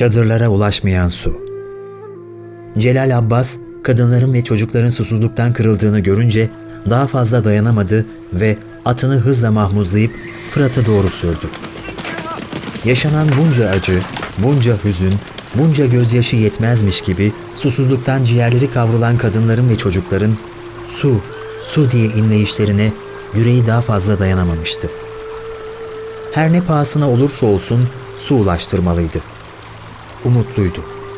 Çadırlara ulaşmayan su. Celal Abbas, kadınların ve çocukların susuzluktan kırıldığını görünce daha fazla dayanamadı ve atını hızla mahmuzlayıp Fırat'a doğru sürdü. Yaşanan bunca acı, bunca hüzün, bunca gözyaşı yetmezmiş gibi susuzluktan ciğerleri kavrulan kadınların ve çocukların "Su, su" diye inleyişlerine yüreği daha fazla dayanamamıştı. Her ne pahasına olursa olsun su ulaştırmalıydı. Umutluydu.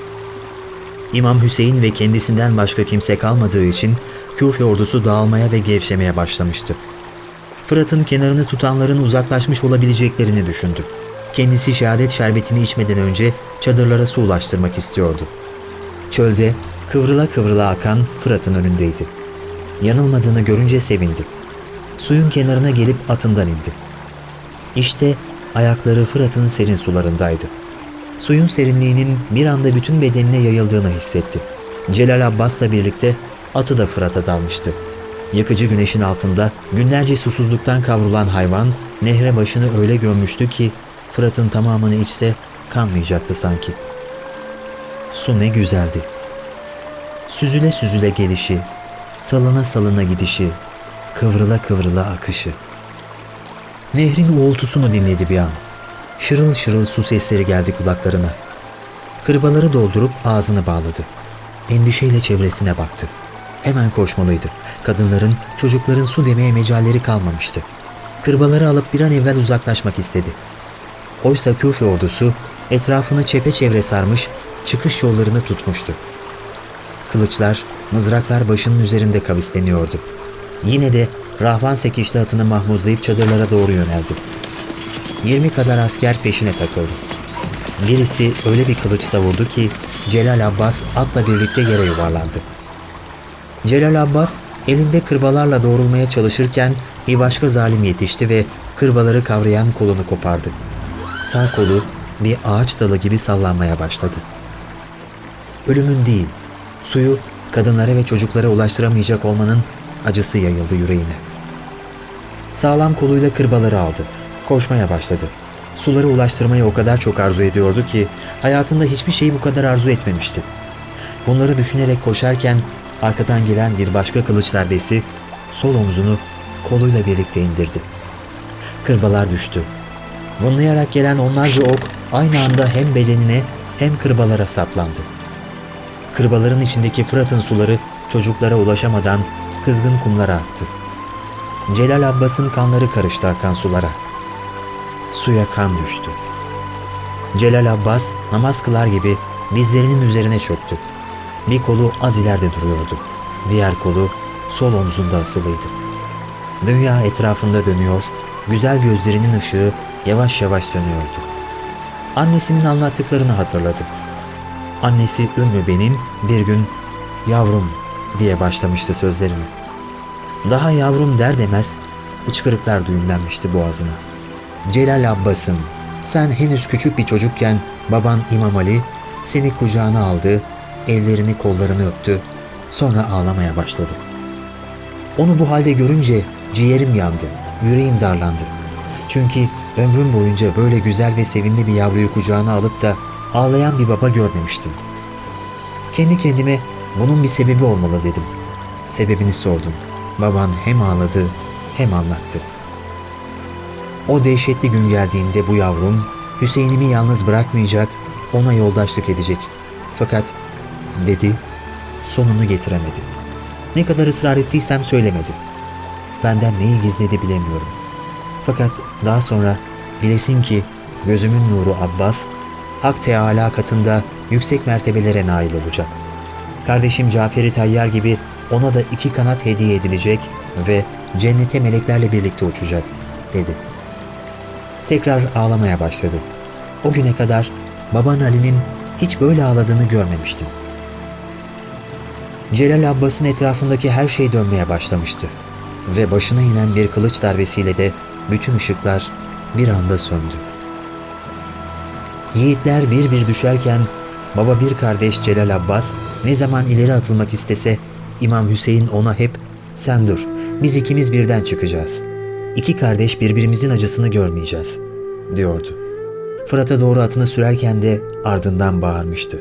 İmam Hüseyin ve kendisinden başka kimse kalmadığı için Küfe ordusu dağılmaya ve gevşemeye başlamıştı. Fırat'ın kenarını tutanların uzaklaşmış olabileceklerini düşündü. Kendisi şehadet şerbetini içmeden önce çadırlara su ulaştırmak istiyordu. Çölde kıvrıla kıvrıla akan Fırat'ın önündeydi. Yanılmadığını görünce sevindi. Suyun kenarına gelip atından indi. İşte ayakları Fırat'ın serin sularındaydı. Suyun serinliğinin bir anda bütün bedenine yayıldığını hissetti. Celal Abbas'la birlikte atı da Fırat'a dalmıştı. Yakıcı güneşin altında günlerce susuzluktan kavrulan hayvan nehre başını öyle gömmüştü ki Fırat'ın tamamını içse kanmayacaktı sanki. Su ne güzeldi. Süzüle süzüle gelişi, salına salına gidişi, kıvrıla kıvrıla akışı. Nehrin uğultusunu dinledi bir an. Şırıl şırıl su sesleri geldi kulaklarına. Kırbaları doldurup ağzını bağladı. Endişeyle çevresine baktı. Hemen koşmalıydı. Kadınların, çocukların su demeye mecalleri kalmamıştı. Kırbaları alıp bir an evvel uzaklaşmak istedi. Oysa Küfe ordusu etrafını çepeçevre sarmış, çıkış yollarını tutmuştu. Kılıçlar, mızraklar başının üzerinde kavisleniyordu. Yine de Rahvan sekişli atını mahmuzlayıp çadırlara doğru yöneldi. 20 kadar asker peşine takıldı. Birisi öyle bir kılıç savurdu ki Celal Abbas atla birlikte yere yuvarlandı. Celal Abbas elinde kırbalarla doğrulmaya çalışırken bir başka zalim yetişti ve kırbaları kavrayan kolunu kopardı. Sağ kolu bir ağaç dalı gibi sallanmaya başladı. Ölümün değil, suyu kadınlara ve çocuklara ulaştıramayacak olmanın acısı yayıldı yüreğine. Sağlam koluyla kırbaları aldı. Koşmaya başladı. Suları ulaştırmayı o kadar çok arzu ediyordu ki hayatında hiçbir şeyi bu kadar arzu etmemişti. Bunları düşünerek koşarken arkadan gelen bir başka kılıç darbesi sol omzunu koluyla birlikte indirdi. Kırbalar düştü. Vınlayarak gelen onlarca ok aynı anda hem bedenine hem kırbalara saplandı. Kırbaların içindeki Fırat'ın suları çocuklara ulaşamadan kızgın kumlara aktı. Celal Abbas'ın kanları karıştı akan sulara. Suya kan düştü. Celal Abbas namaz kılar gibi dizlerinin üzerine çöktü. Bir kolu az ileride duruyordu. Diğer kolu sol omzunda asılıydı. Dünya etrafında dönüyor, güzel gözlerinin ışığı yavaş yavaş sönüyordu. Annesinin anlattıklarını hatırladı. Annesi Ümmü Ben'in bir gün "Yavrum" diye başlamıştı sözlerini. Daha yavrum der demez hıçkırıklar düğümlenmişti boğazına. "Celal Abbas'ım, sen henüz küçük bir çocukken baban İmam Ali seni kucağına aldı, ellerini kollarını öptü, sonra ağlamaya başladı. Onu bu halde görünce ciğerim yandı, yüreğim darlandı. Çünkü ömrüm boyunca böyle güzel ve sevimli bir yavruyu kucağına alıp da ağlayan bir baba görmemiştim. Kendi kendime bunun bir sebebi olmalı dedim. Sebebini sordum. Baban hem ağladı hem anlattı. O dehşetli gün geldiğinde bu yavrum Hüseyin'imi yalnız bırakmayacak, ona yoldaşlık edecek. Fakat" dedi, sonunu getiremedi. Ne kadar ısrar ettiysem söylemedi. Benden neyi gizledi bilemiyorum. Fakat daha sonra bilesin ki gözümün nuru Abbas, Hak Teâlâ katında yüksek mertebelere nail olacak. Kardeşim Cafer-i Tayyar gibi ona da 2 kanat hediye edilecek ve cennete meleklerle birlikte uçacak, dedi. Tekrar ağlamaya başladı. O güne kadar baban Ali'nin hiç böyle ağladığını görmemiştim. Celal Abbas'ın etrafındaki her şey dönmeye başlamıştı ve başına inen bir kılıç darbesiyle de bütün ışıklar bir anda söndü. Yiğitler bir bir düşerken baba bir kardeş Celal Abbas ne zaman ileri atılmak istese İmam Hüseyin ona hep "Sen dur, biz ikimiz birden çıkacağız. 2 kardeş birbirimizin acısını görmeyeceğiz," diyordu. Fırat'a doğru atını sürerken de ardından bağırmıştı.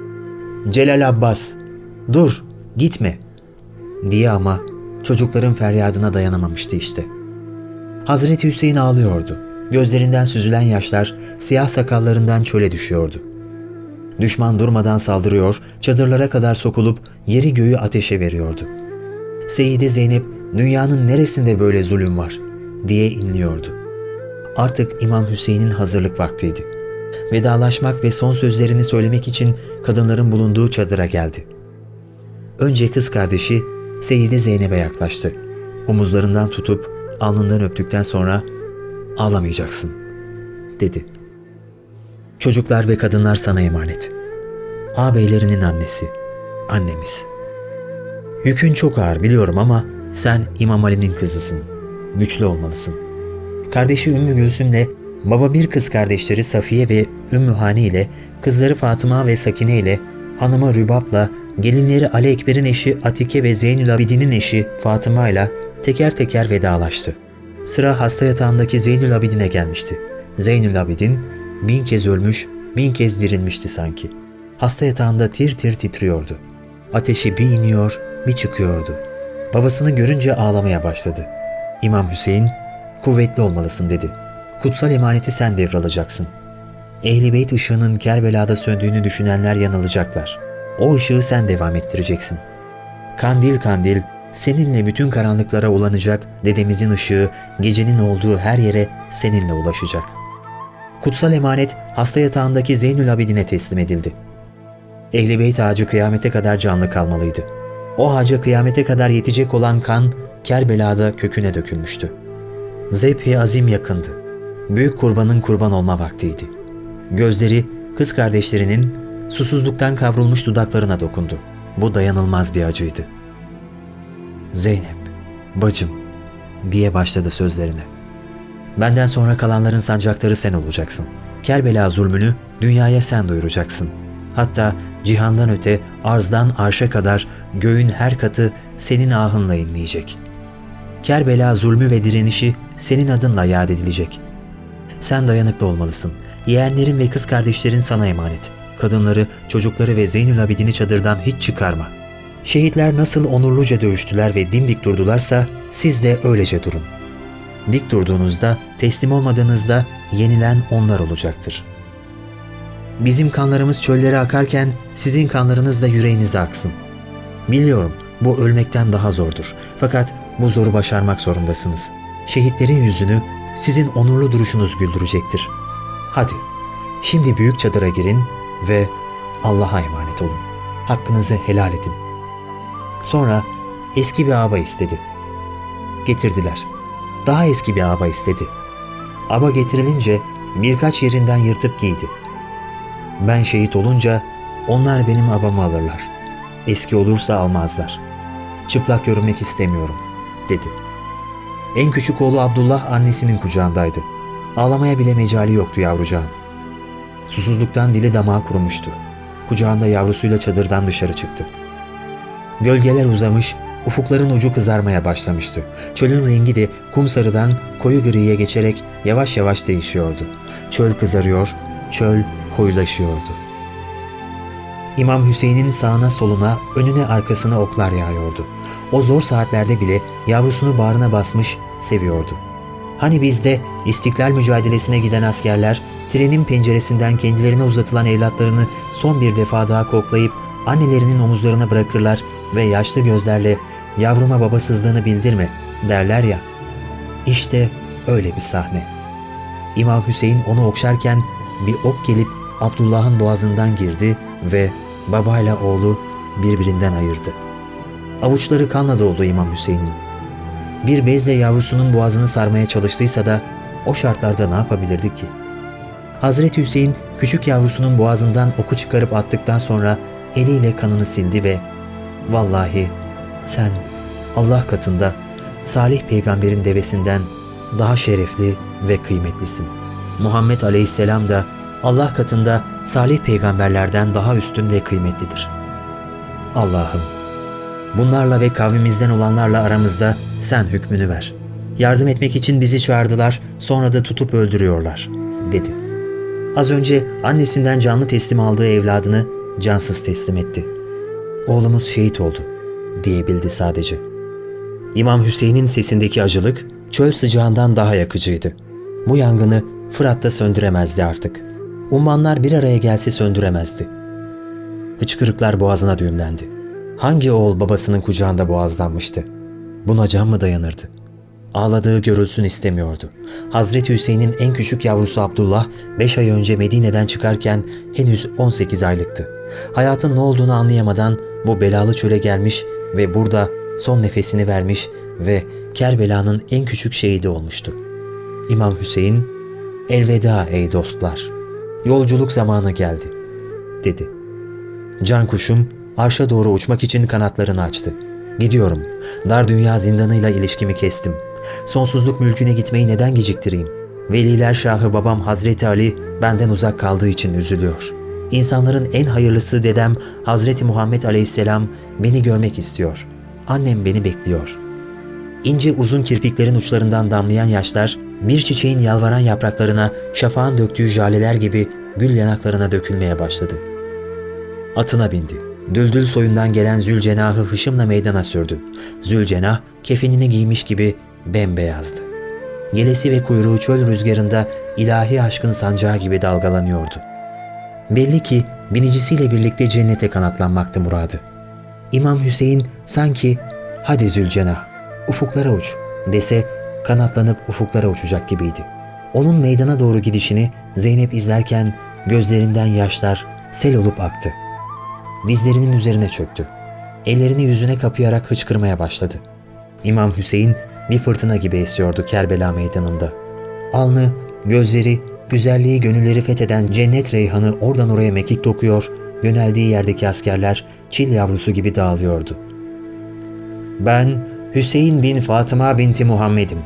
"Celal Abbas, dur, gitme!" diye, ama çocukların feryadına dayanamamıştı işte. Hazreti Hüseyin ağlıyordu. Gözlerinden süzülen yaşlar siyah sakallarından çöle düşüyordu. Düşman durmadan saldırıyor, çadırlara kadar sokulup yeri göğü ateşe veriyordu. Seyyide Zeynep, "Dünyanın neresinde böyle zulüm var?" diye inliyordu. Artık İmam Hüseyin'in hazırlık vaktiydi. Vedalaşmak ve son sözlerini söylemek için kadınların bulunduğu çadıra geldi. Önce kız kardeşi Seyyide Zeynep'e yaklaştı. Omuzlarından tutup alnından öptükten sonra "Ağlamayacaksın," dedi. "Çocuklar ve kadınlar sana emanet. Ağabeylerinin annesi, annemiz. Yükün çok ağır biliyorum ama sen İmam Ali'nin kızısın. Güçlü olmalısın." Kardeşi Ümmü Gülsüm'le baba bir kız kardeşleri Safiye ve Ümmü Hane ile, kızları Fatıma ve Sakine ile, hanımı Rübab'la, gelinleri Ali Ekber'in eşi Atike ve Zeynül Abidin'in eşi Fatıma ile teker teker vedalaştı. Sıra hasta yatağındaki Zeynül Abidin'e gelmişti. Zeynül Abidin 1000 kez ölmüş, 1000 kez dirilmişti sanki. Hasta yatağında tir tir titriyordu. Ateşi bir iniyor, bir çıkıyordu. Babasını görünce ağlamaya başladı. İmam Hüseyin, "Kuvvetli olmalısın," dedi. "Kutsal emaneti sen devralacaksın. Ehl-i Beyt ışığının Kerbela'da söndüğünü düşünenler yanılacaklar. O ışığı sen devam ettireceksin. Kandil kandil, seninle bütün karanlıklara ulanacak dedemizin ışığı gecenin olduğu her yere seninle ulaşacak." Kutsal emanet hasta yatağındaki Zeynül Abidin'e teslim edildi. Ehl-i Beyt ağacı kıyamete kadar canlı kalmalıydı. O ağaca kıyamete kadar yetecek olan kan Kerbela'da köküne dökülmüştü. Zebh-i Azim yakındı. Büyük kurbanın kurban olma vaktiydi. Gözleri kız kardeşlerinin susuzluktan kavrulmuş dudaklarına dokundu. Bu dayanılmaz bir acıydı. "Zeynep, bacım," diye başladı sözlerine. "Benden sonra kalanların sancaktarı sen olacaksın. Kerbela zulmünü dünyaya sen duyuracaksın. Hatta cihandan öte, arzdan arşa kadar göğün her katı senin ahınla inleyecek. Kerbela zulmü ve direnişi senin adınla yad edilecek. Sen dayanıklı olmalısın. Yeğenlerin ve kız kardeşlerin sana emanet. Kadınları, çocukları ve Zeynül Abidin'i çadırdan hiç çıkarma. Şehitler nasıl onurluca dövüştüler ve dimdik durdularsa siz de öylece durun. Dik durduğunuzda, teslim olmadığınızda yenilen onlar olacaktır. Bizim kanlarımız çöllere akarken sizin kanlarınız da yüreğinize aksın. Biliyorum bu ölmekten daha zordur. Fakat bu zoru başarmak zorundasınız. Şehitlerin yüzünü sizin onurlu duruşunuz güldürecektir. Hadi, şimdi büyük çadıra girin ve Allah'a emanet olun. Hakkınızı helal edin." Sonra eski bir aba istedi. Getirdiler. Daha eski bir aba istedi. Aba getirilince birkaç yerinden yırtıp giydi. "Ben şehit olunca onlar benim abamı alırlar. Eski olursa almazlar. Çıplak görünmek istemiyorum," dedi. En küçük oğlu Abdullah annesinin kucağındaydı. Ağlamaya bile mecali yoktu yavrucağın. Susuzluktan dili damağı kurumuştu. Kucağında yavrusuyla çadırdan dışarı çıktı. Gölgeler uzamış, ufukların ucu kızarmaya başlamıştı. Çölün rengi de kumsarıdan koyu griye geçerek yavaş yavaş değişiyordu. Çöl kızarıyor, çöl koyulaşıyordu. İmam Hüseyin'in sağına soluna, önüne arkasına oklar yağıyordu. O zor saatlerde bile yavrusunu bağrına basmış, seviyordu. Hani bizde İstiklal mücadelesine giden askerler trenin penceresinden kendilerine uzatılan evlatlarını son bir defa daha koklayıp annelerinin omuzlarına bırakırlar ve yaşlı gözlerle "Yavruma babasızlığını bildirme," derler ya. İşte öyle bir sahne. İmam Hüseyin onu okşarken bir ok gelip Abdullah'ın boğazından girdi ve babayla oğlu birbirinden ayırdı. Avuçları kanla doldu İmam Hüseyin'in. Bir bezle yavrusunun boğazını sarmaya çalıştıysa da o şartlarda ne yapabilirdi ki? Hazreti Hüseyin küçük yavrusunun boğazından oku çıkarıp attıktan sonra eliyle kanını sildi ve "Vallahi sen Allah katında Salih peygamberin devesinden daha şerefli ve kıymetlisin. Muhammed aleyhisselam da Allah katında salih peygamberlerden daha üstün ve kıymetlidir. Allah'ım, bunlarla ve kavmimizden olanlarla aramızda sen hükmünü ver. Yardım etmek için bizi çağırdılar, sonra da tutup öldürüyorlar," dedi. Az önce annesinden canlı teslim aldığı evladını cansız teslim etti. Oğlumuz şehit oldu diyebildi sadece. İmam Hüseyin'in sesindeki acılık çöl sıcağından daha yakıcıydı. Bu yangını Fırat da söndüremezdi artık. Ummanlar bir araya gelse söndüremezdi. Hıçkırıklar boğazına düğümlendi. Hangi oğul babasının kucağında boğazlanmıştı? Buna can mı dayanırdı? Ağladığı görülsün istemiyordu. Hazreti Hüseyin'in en küçük yavrusu Abdullah 5 ay önce Medine'den çıkarken henüz 18 aylıktı. Hayatın ne olduğunu anlayamadan bu belalı çöle gelmiş ve burada son nefesini vermiş ve Kerbela'nın en küçük şehidi olmuştu. İmam Hüseyin, "Elveda ey dostlar, yolculuk zamanı geldi," dedi. Can kuşum arşa doğru uçmak için kanatlarını açtı. "Gidiyorum, dar dünya zindanıyla ilişkimi kestim. Sonsuzluk mülküne gitmeyi neden geciktireyim? Veliler Şahı babam Hazreti Ali benden uzak kaldığı için üzülüyor. İnsanların en hayırlısı dedem Hazreti Muhammed Aleyhisselam beni görmek istiyor. Annem beni bekliyor." İnce uzun kirpiklerin uçlarından damlayan yaşlar bir çiçeğin yalvaran yapraklarına şafağın döktüğü jaleler gibi gül yanaklarına dökülmeye başladı. Atına bindi. Düldül soyundan gelen Zülcenah'ı hışımla meydana sürdü. Zülcenah kefenini giymiş gibi bembeyazdı. Yelesi ve kuyruğu çöl rüzgarında ilahi aşkın sancağı gibi dalgalanıyordu. Belli ki binicisiyle birlikte cennete kanatlanmaktı muradı. İmam Hüseyin sanki "Hadi Zülcenah, ufuklara uç," dese kanatlanıp ufuklara uçacak gibiydi. Onun meydana doğru gidişini Zeynep izlerken gözlerinden yaşlar sel olup aktı. Dizlerinin üzerine çöktü. Ellerini yüzüne kapayarak hıçkırmaya başladı. İmam Hüseyin bir fırtına gibi esiyordu Kerbela meydanında. Alnı, gözleri, güzelliği gönülleri fetheden cennet reyhanı oradan oraya mekik dokuyor, yöneldiği yerdeki askerler çil yavrusu gibi dağılıyordu. "Ben Hüseyin bin Fatıma binti Muhammed'im.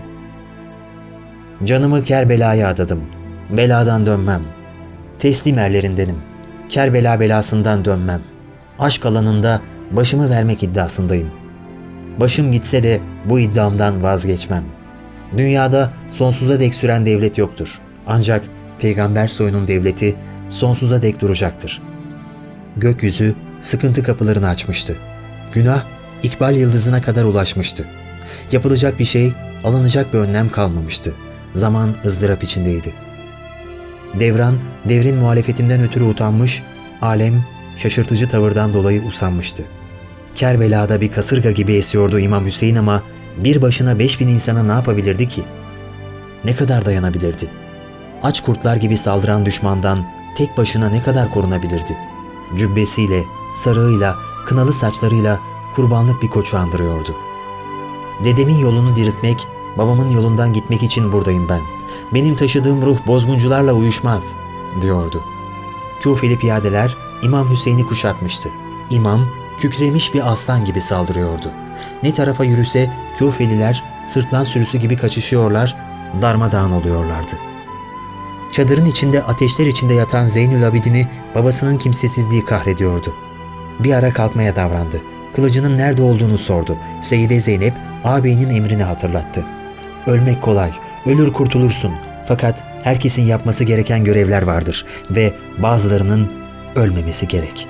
Canımı Kerbela'ya adadım. Beladan dönmem. Teslim erlerindenim. Kerbela belasından dönmem. Aşk alanında başımı vermek iddiasındayım. Başım gitse de bu iddiamdan vazgeçmem. Dünyada sonsuza dek süren devlet yoktur. Ancak peygamber soyunun devleti sonsuza dek duracaktır." Gökyüzü sıkıntı kapılarını açmıştı. Günah ikbal yıldızına kadar ulaşmıştı. Yapılacak bir şey, alınacak bir önlem kalmamıştı. Zaman ızdırap içindeydi. Devran, devrin muhalefetinden ötürü utanmış, alem şaşırtıcı tavırdan dolayı usanmıştı. Kerbela'da bir kasırga gibi esiyordu İmam Hüseyin ama bir başına 5000 insana ne yapabilirdi ki? Ne kadar dayanabilirdi? Aç kurtlar gibi saldıran düşmandan tek başına ne kadar korunabilirdi? Cübbesiyle, sarığıyla, kınalı saçlarıyla kurbanlık bir koçu andırıyordu. "Dedemin yolunu diriltmek, babamın yolundan gitmek için buradayım ben. Benim taşıdığım ruh bozguncularla uyuşmaz," diyordu. Küfeli piyadeler İmam Hüseyin'i kuşatmıştı. İmam kükremiş bir aslan gibi saldırıyordu. Ne tarafa yürüse Küfeliler sırtlan sürüsü gibi kaçışıyorlar, darmadağın oluyorlardı. Çadırın içinde ateşler içinde yatan Zeynül Abidin'i babasının kimsesizliği kahrediyordu. Bir ara kalkmaya davrandı. Kılıcının nerede olduğunu sordu. Seyyide Zeynep ağabeyinin emrini hatırlattı. "Ölmek kolay, ölür kurtulursun. Fakat herkesin yapması gereken görevler vardır ve bazılarının ölmemesi gerek."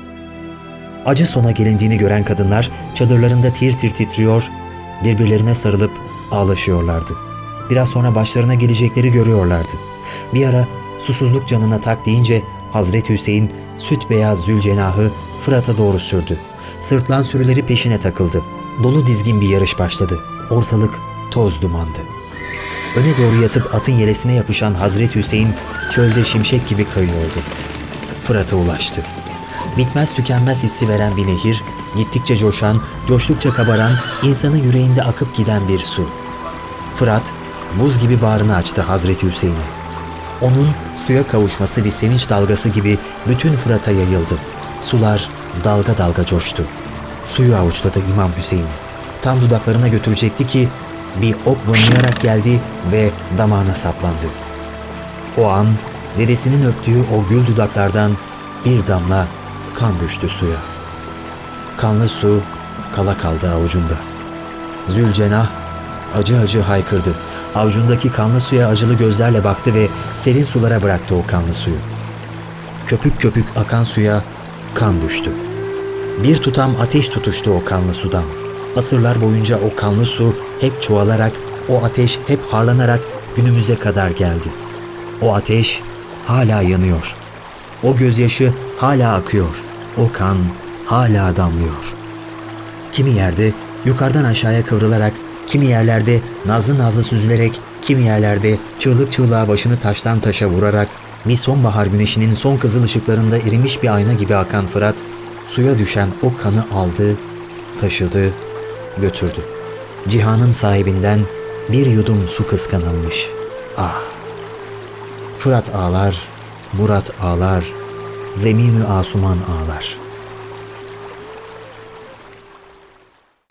Acı sona gelindiğini gören kadınlar çadırlarında tir tir titriyor, birbirlerine sarılıp ağlaşıyorlardı. Biraz sonra başlarına gelecekleri görüyorlardı. Bir ara susuzluk canına tak deyince Hazreti Hüseyin süt beyaz Zülcenah'ı Fırat'a doğru sürdü. Sırtlan sürüleri peşine takıldı. Dolu dizgin bir yarış başladı. Ortalık toz dumandı. Öne doğru yatıp atın yelesine yapışan Hazreti Hüseyin çölde şimşek gibi kayıyordu. Fırat'a ulaştı. Bitmez tükenmez hissi veren bir nehir, gittikçe coşan, coştukça kabaran, insanın yüreğinde akıp giden bir su. Fırat, buz gibi bağrını açtı Hazreti Hüseyin'e. Onun suya kavuşması bir sevinç dalgası gibi bütün Fırat'a yayıldı. Sular dalga dalga coştu. Suyu avuçladı İmam Hüseyin. Tam dudaklarına götürecekti ki bir ok vınlayarak geldi ve damağına saplandı. O an dedesinin öptüğü o gül dudaklardan bir damla kan düştü suya. Kanlı su kala kaldı avucunda. Zülcenah acı acı haykırdı. Avucundaki kanlı suya acılı gözlerle baktı ve serin sulara bıraktı o kanlı suyu. Köpük köpük akan suya kan düştü. Bir tutam ateş tutuştu o kanlı sudan. Asırlar boyunca o kanlı su hep çoğalarak, o ateş hep harlanarak günümüze kadar geldi. O ateş hala yanıyor. O gözyaşı hala akıyor. O kan hala damlıyor. Kimi yerde yukarıdan aşağıya kıvrılarak, kimi yerlerde nazlı nazlı süzülerek, kimi yerlerde çığlık çığlığa başını taştan taşa vurarak, bir sonbahar güneşinin son kızıl ışıklarında erimiş bir ayna gibi akan Fırat, suya düşen o kanı aldı, taşıdı, götürdü. Cihanın sahibinden bir yudum su kıskanılmış. Ah! Fırat ağlar, Murat ağlar, Zemin-i Asuman ağlar.